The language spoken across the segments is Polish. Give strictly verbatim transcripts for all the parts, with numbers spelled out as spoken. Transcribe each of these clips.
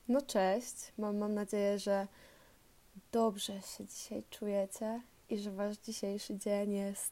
No cześć, mam, mam nadzieję, że dobrze się dzisiaj czujecie i że wasz dzisiejszy dzień jest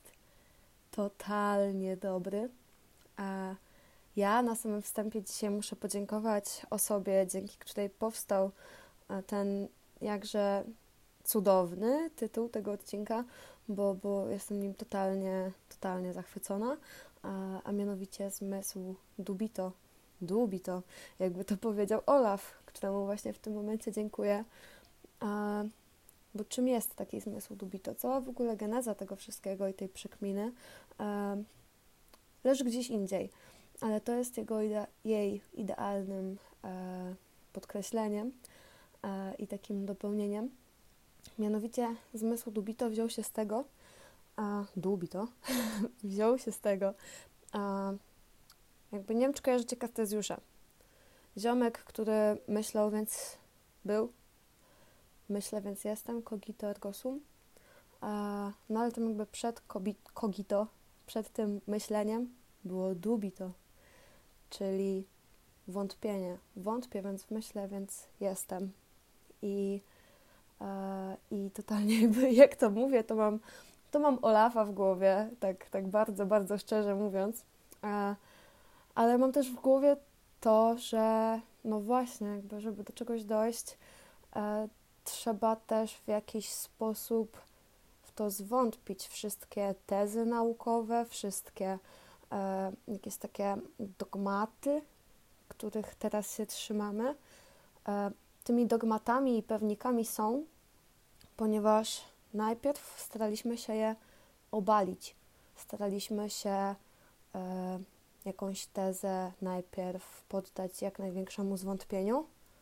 totalnie dobry. A ja na samym wstępie dzisiaj muszę podziękować osobie, dzięki której powstał ten jakże cudowny tytuł tego odcinka, bo, bo jestem nim totalnie, totalnie zachwycona, a, a mianowicie zmysł Dubito. Dubito, jakby to powiedział Olaf, któremu właśnie w tym momencie dziękuję. A, bo czym jest taki zmysł Dubito? Cała w ogóle geneza tego wszystkiego i tej przekminy a, leży gdzieś indziej, ale to jest jego ide- jej idealnym e, podkreśleniem e, i takim dopełnieniem. Mianowicie zmysł Dubito wziął się z tego, a Dubito wziął się z tego, a, jakby nie wiem, czy kojarzycie Kartezjusza. Ziomek, który myślał, więc był, myślę, więc jestem, cogito ergo sum. A, no ale tam jakby przed cogito, przed tym myśleniem było dubito, czyli wątpienie. Wątpię, więc myślę, więc jestem. I, e, i totalnie jakby, jak to mówię, to mam, to mam Olafa w głowie, tak, tak bardzo, bardzo szczerze mówiąc. E, ale mam też w głowie to, że no właśnie, jakby, żeby do czegoś dojść, e, trzeba też w jakiś sposób w to zwątpić. Wszystkie tezy naukowe, wszystkie e, jakieś takie dogmaty, których teraz się trzymamy, e, tymi dogmatami i pewnikami są, ponieważ najpierw staraliśmy się je obalić. Staraliśmy się e, jakąś tezę najpierw poddać jak największemu zwątpieniu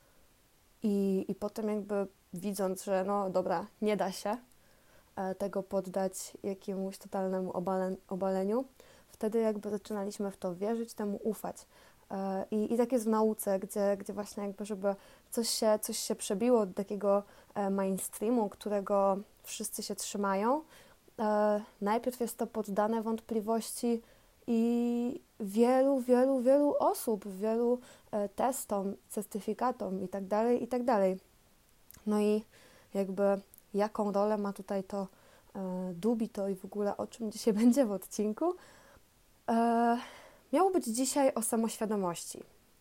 i, i potem jakby widząc, że no dobra, nie da się e, tego poddać jakiemuś totalnemu obale, obaleniu, wtedy jakby zaczynaliśmy w to wierzyć, temu ufać. E, i, I tak jest w nauce, gdzie, gdzie właśnie jakby, żeby coś się, coś się przebiło do takiego e, mainstreamu, którego wszyscy się trzymają, e, najpierw jest to poddane wątpliwości i wielu, wielu, wielu osób, wielu e, testom, certyfikatom i tak dalej, i tak dalej. No i jakby jaką rolę ma tutaj to e, Dubito i w ogóle o czym dzisiaj będzie w odcinku? E, miało być dzisiaj o samoświadomości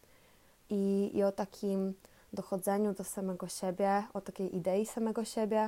i, i o takim dochodzeniu do samego siebie, o takiej idei samego siebie.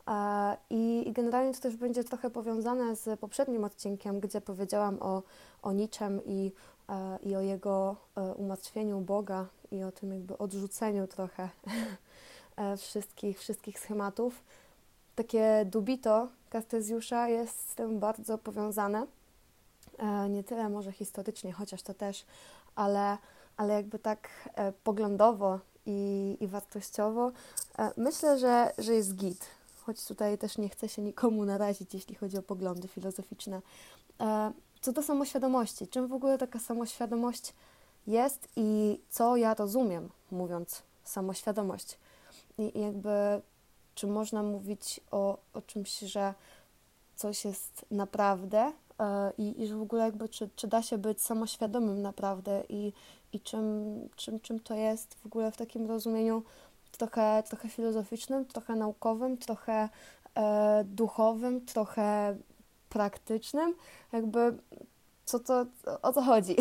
I, I generalnie to też będzie trochę powiązane z poprzednim odcinkiem, gdzie powiedziałam o, o niczem i, e, i o jego e, umartwieniu Boga i o tym jakby odrzuceniu trochę e, wszystkich, wszystkich schematów. Takie dubito Kartezjusza jest z tym bardzo powiązane. E, nie tyle może historycznie, chociaż to też, ale, ale jakby tak e, poglądowo i, i wartościowo e, myślę, że, że jest git. Choć tutaj też nie chcę się nikomu narazić, jeśli chodzi o poglądy filozoficzne. E, co do samoświadomości, czym w ogóle taka samoświadomość jest i co ja rozumiem, mówiąc samoświadomość. I, i jakby, czy można mówić o, o czymś, że coś jest naprawdę e, i, i że w ogóle jakby, czy, czy da się być samoświadomym naprawdę i, i czym, czym, czym to jest w ogóle w takim rozumieniu trochę, trochę filozoficznym, trochę naukowym, trochę e, duchowym, trochę praktycznym, jakby co to, o co chodzi,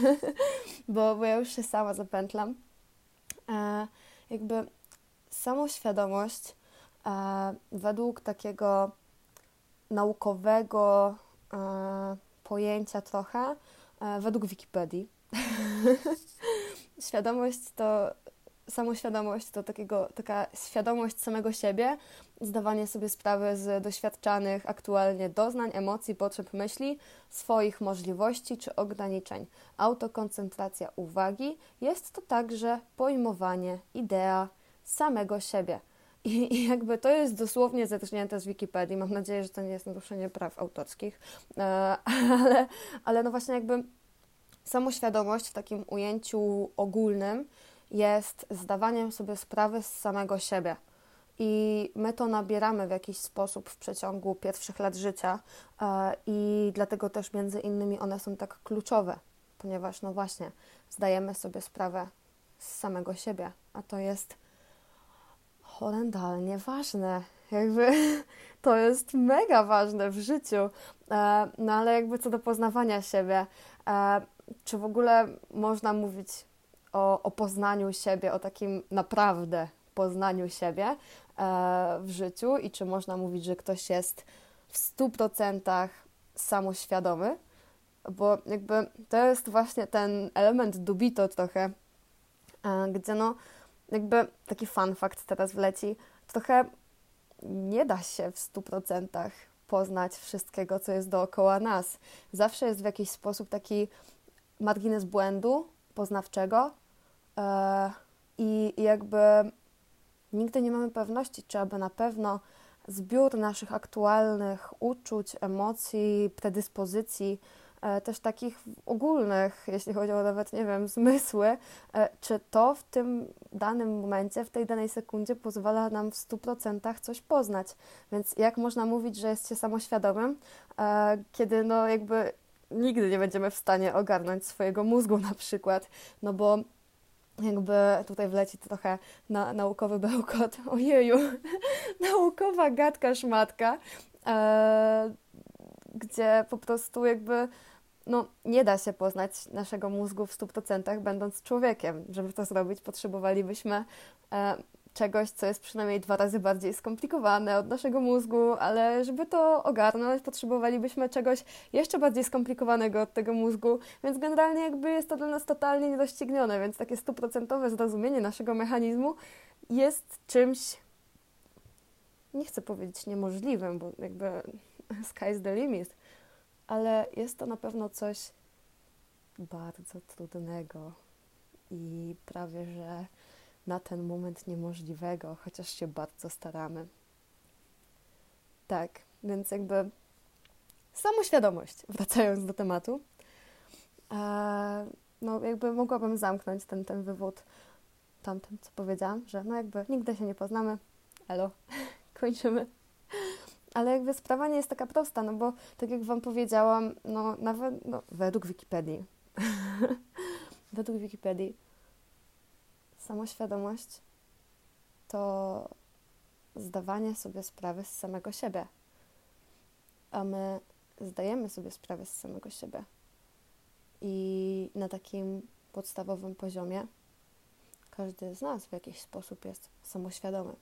bo, bo ja już się sama zapętlam. E, jakby samoświadomość e, według takiego naukowego e, pojęcia trochę, e, według Wikipedii. Świadomość to samoświadomość to takiego, taka świadomość samego siebie, zdawanie sobie sprawy z doświadczanych aktualnie doznań, emocji, potrzeb, myśli, swoich możliwości czy ograniczeń. Autokoncentracja uwagi jest to także pojmowanie, idea samego siebie. I, I jakby to jest dosłownie zetrznięte z Wikipedii. Mam nadzieję, że to nie jest naruszenie praw autorskich, ale, ale no właśnie jakby samoświadomość w takim ujęciu ogólnym jest zdawaniem sobie sprawy z samego siebie. I my to nabieramy w jakiś sposób w przeciągu pierwszych lat życia i dlatego też między innymi one są tak kluczowe, ponieważ no właśnie zdajemy sobie sprawę z samego siebie, a to jest horrendalnie ważne. Jakby to jest mega ważne w życiu. E, no ale jakby co do poznawania siebie, e, czy w ogóle można mówić o, o poznaniu siebie, o takim naprawdę poznaniu siebie e, w życiu i czy można mówić, że ktoś jest w stu procentach samoświadomy? Bo jakby to jest właśnie ten element dubito trochę, e, gdzie no jakby taki fun fact teraz wleci, trochę nie da się w stu procentach poznać wszystkiego, co jest dookoła nas. Zawsze jest w jakiś sposób taki margines błędu poznawczego yy, i jakby nigdy nie mamy pewności, czy aby na pewno zbiór naszych aktualnych uczuć, emocji, predyspozycji, też takich ogólnych, jeśli chodzi o nawet, nie wiem, zmysły, czy to w tym danym momencie, w tej danej sekundzie pozwala nam w stu procentach coś poznać. Więc jak można mówić, że jest się samoświadomym, kiedy no jakby nigdy nie będziemy w stanie ogarnąć swojego mózgu na przykład, no bo jakby tutaj wleci trochę na, naukowy bełkot, ojeju, naukowa gadka szmatka, e, gdzie po prostu jakby no, nie da się poznać naszego mózgu w stu procentach będąc człowiekiem. Żeby to zrobić, potrzebowalibyśmy e, czegoś, co jest przynajmniej dwa razy bardziej skomplikowane od naszego mózgu, ale żeby to ogarnąć, potrzebowalibyśmy czegoś jeszcze bardziej skomplikowanego od tego mózgu, więc generalnie jakby jest to dla nas totalnie niedoścignione, więc takie stuprocentowe zrozumienie naszego mechanizmu jest czymś, nie chcę powiedzieć niemożliwym, bo jakby sky's the limit, ale jest to na pewno coś bardzo trudnego i prawie że na ten moment niemożliwego, chociaż się bardzo staramy. Tak, więc jakby samoświadomość, wracając do tematu, e, no jakby mogłabym zamknąć ten, ten wywód tamtym, co powiedziałam, że no jakby nigdy się nie poznamy, elo, kończymy. Ale jakby sprawa nie jest taka prosta, no bo tak jak Wam powiedziałam, no nawet no, według Wikipedii, według Wikipedii samoświadomość to zdawanie sobie sprawy z samego siebie. A my zdajemy sobie sprawę z samego siebie. I na takim podstawowym poziomie każdy z nas w jakiś sposób jest samoświadomy.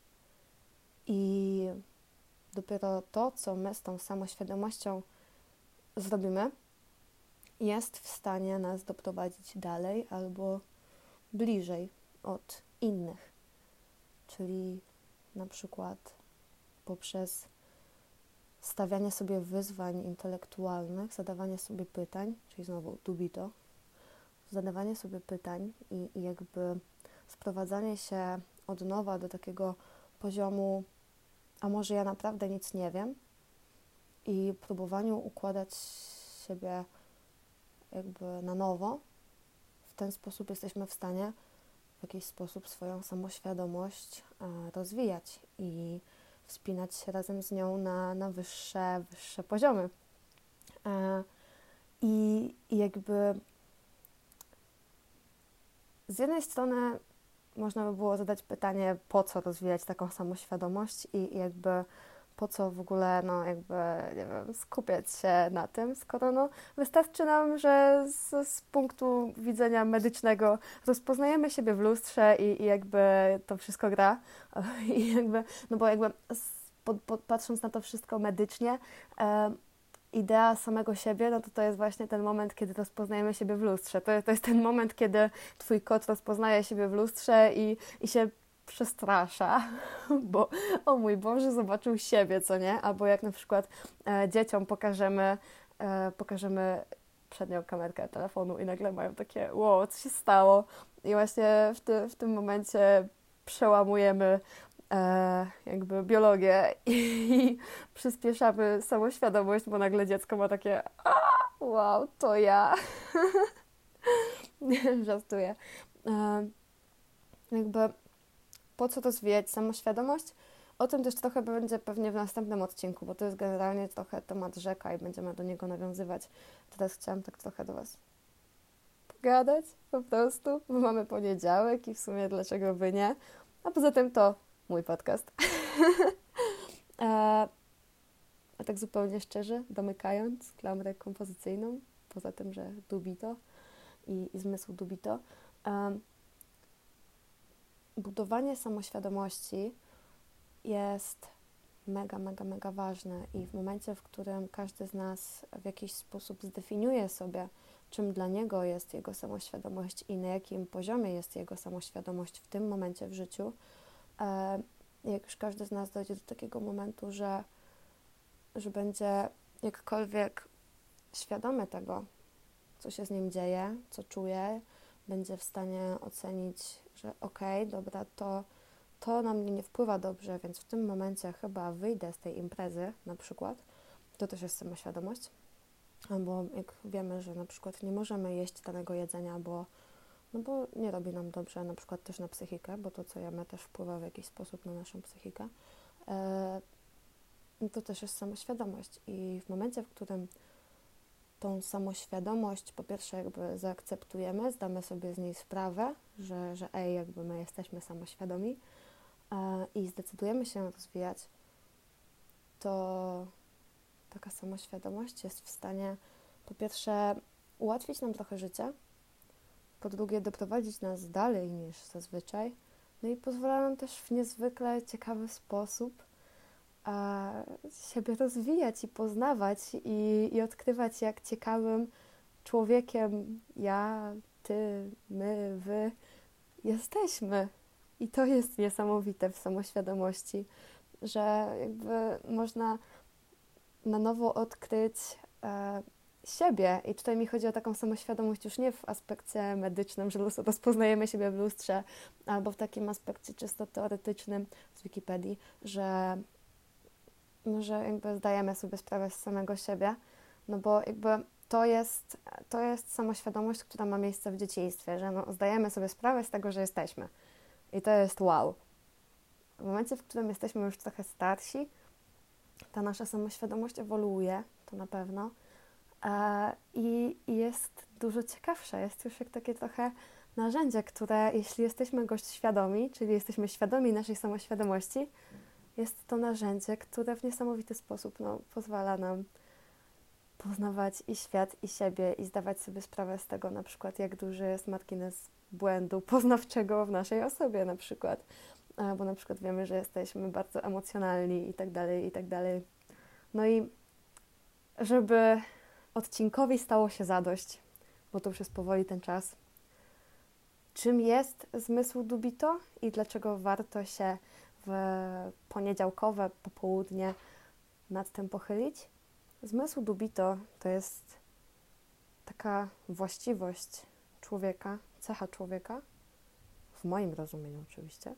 I dopiero to, co my z tą samoświadomością zrobimy, jest w stanie nas doprowadzić dalej albo bliżej od innych. Czyli na przykład poprzez stawianie sobie wyzwań intelektualnych, zadawanie sobie pytań, czyli znowu dubito, zadawanie sobie pytań i, i jakby sprowadzanie się od nowa do takiego poziomu, a może ja naprawdę nic nie wiem, i próbowaniu układać siebie jakby na nowo. W ten sposób jesteśmy w stanie w jakiś sposób swoją samoświadomość rozwijać i wspinać się razem z nią na, na wyższe, wyższe poziomy. I, I jakby z jednej strony można by było zadać pytanie, po co rozwijać taką samoświadomość i, i jakby po co w ogóle, no jakby, nie wiem, skupiać się na tym, skoro no wystarczy nam, że z, z punktu widzenia medycznego rozpoznajemy siebie w lustrze i, i jakby to wszystko gra. I jakby, no bo jakby pod, pod, patrząc na to wszystko medycznie, e, idea samego siebie, no to to jest właśnie ten moment, kiedy rozpoznajemy siebie w lustrze. To, to jest ten moment, kiedy twój kot rozpoznaje siebie w lustrze i, i się przestrasza, bo o mój Boże, zobaczył siebie, co nie? Albo jak na przykład e, dzieciom pokażemy, e, pokażemy przednią kamerkę telefonu i nagle mają takie, wow, co się stało? I właśnie w, ty, w tym momencie przełamujemy e, jakby biologię i, i przyspieszamy samoświadomość, bo nagle dziecko ma takie, a, wow, to ja. Nie, żartuję. E, jakby po co rozwijać samoświadomość? O tym też trochę będzie pewnie w następnym odcinku, bo to jest generalnie trochę temat rzeka i będziemy do niego nawiązywać. Teraz chciałam tak trochę do Was gadać po prostu, bo mamy poniedziałek i w sumie dlaczego by nie. A poza tym to mój podcast. a, a tak zupełnie szczerze, domykając klamrę kompozycyjną, poza tym, że dubito i, i zmysł dubito, um, budowanie samoświadomości jest mega, mega, mega ważne i w momencie, w którym każdy z nas w jakiś sposób zdefiniuje sobie, czym dla niego jest jego samoświadomość i na jakim poziomie jest jego samoświadomość w tym momencie w życiu, jak już każdy z nas dojdzie do takiego momentu, że, że będzie jakkolwiek świadomy tego, co się z nim dzieje, co czuje, będzie w stanie ocenić, że okej, okay, dobra, to to na mnie nie wpływa dobrze, więc w tym momencie chyba wyjdę z tej imprezy na przykład. To też jest samoświadomość. Albo jak wiemy, że na przykład nie możemy jeść danego jedzenia, bo, no bo nie robi nam dobrze, na przykład też na psychikę, bo to, co jemy, też wpływa w jakiś sposób na naszą psychikę. E, to też jest samoświadomość. I w momencie, w którym tą samoświadomość po pierwsze jakby zaakceptujemy, zdamy sobie z niej sprawę, że, że ej, jakby my jesteśmy samoświadomi, i zdecydujemy się rozwijać, to taka samoświadomość jest w stanie po pierwsze ułatwić nam trochę życie, po drugie doprowadzić nas dalej niż zazwyczaj, no i pozwala nam też w niezwykle ciekawy sposób a, siebie rozwijać i poznawać i, i odkrywać, jak ciekawym człowiekiem ja, ty, my, wy jesteśmy. I to jest niesamowite w samoświadomości, że jakby można na nowo odkryć e, siebie. I tutaj mi chodzi o taką samoświadomość już nie w aspekcie medycznym, że rozpoznajemy siebie w lustrze, albo w takim aspekcie czysto teoretycznym z Wikipedii, że, no, że jakby zdajemy sobie sprawę z samego siebie, no bo jakby to jest, to jest samoświadomość, która ma miejsce w dzieciństwie, że no, zdajemy sobie sprawę z tego, że jesteśmy. I to jest wow. W momencie, w którym jesteśmy już trochę starsi, ta nasza samoświadomość ewoluuje, to na pewno, e, i, i jest dużo ciekawsza. Jest już jak takie trochę narzędzie, które jeśli jesteśmy go świadomi, czyli jesteśmy świadomi naszej samoświadomości, jest to narzędzie, które w niesamowity sposób no, pozwala nam poznawać i świat, i siebie, i zdawać sobie sprawę z tego, na przykład, jak duży jest margines błędu poznawczego w naszej osobie na przykład, bo na przykład wiemy, że jesteśmy bardzo emocjonalni i tak dalej, i tak dalej. No i żeby odcinkowi stało się zadość, bo to już jest powoli ten czas, czym jest zmysł dubito i dlaczego warto się w poniedziałkowe popołudnie nad tym pochylić? Zmysł dubito to jest taka właściwość człowieka, cecha człowieka, w moim rozumieniu oczywiście,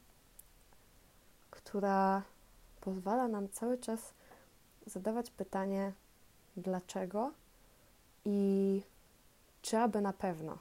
która pozwala nam cały czas zadawać pytanie dlaczego i czy aby na pewno.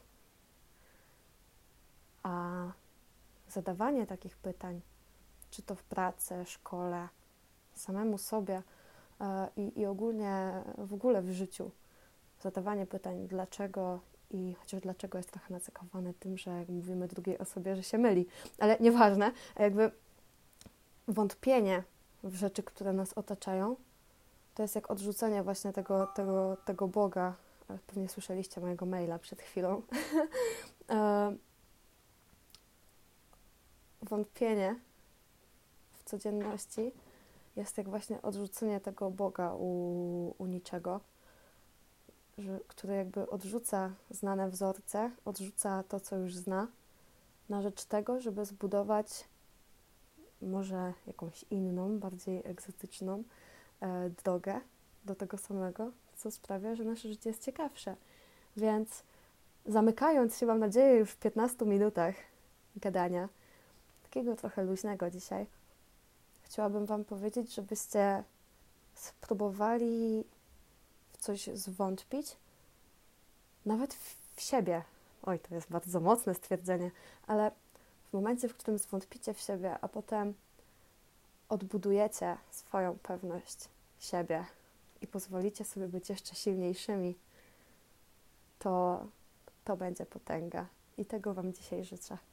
A zadawanie takich pytań, czy to w pracy, szkole, samemu sobie i, i ogólnie w ogóle w życiu, zadawanie pytań dlaczego i chociaż dlaczego jest trochę nacekowane tym, że jak mówimy drugiej osobie, że się myli, ale nieważne, jakby wątpienie w rzeczy, które nas otaczają, to jest jak odrzucenie właśnie tego, tego, tego Boga. Pewnie słyszeliście mojego maila przed chwilą. Wątpienie w codzienności jest jak właśnie odrzucenie tego Boga u, u niczego, że, który jakby odrzuca znane wzorce, odrzuca to, co już zna, na rzecz tego, żeby zbudować może jakąś inną, bardziej egzotyczną e, drogę do tego samego, co sprawia, że nasze życie jest ciekawsze. Więc zamykając się, mam nadzieję, już w piętnastu minutach gadania, takiego trochę luźnego dzisiaj, chciałabym Wam powiedzieć, żebyście spróbowali w coś zwątpić, nawet w siebie. Oj, to jest bardzo mocne stwierdzenie, ale w momencie, w którym zwątpicie w siebie, a potem odbudujecie swoją pewność siebie i pozwolicie sobie być jeszcze silniejszymi, to to będzie potęga. I tego Wam dzisiaj życzę.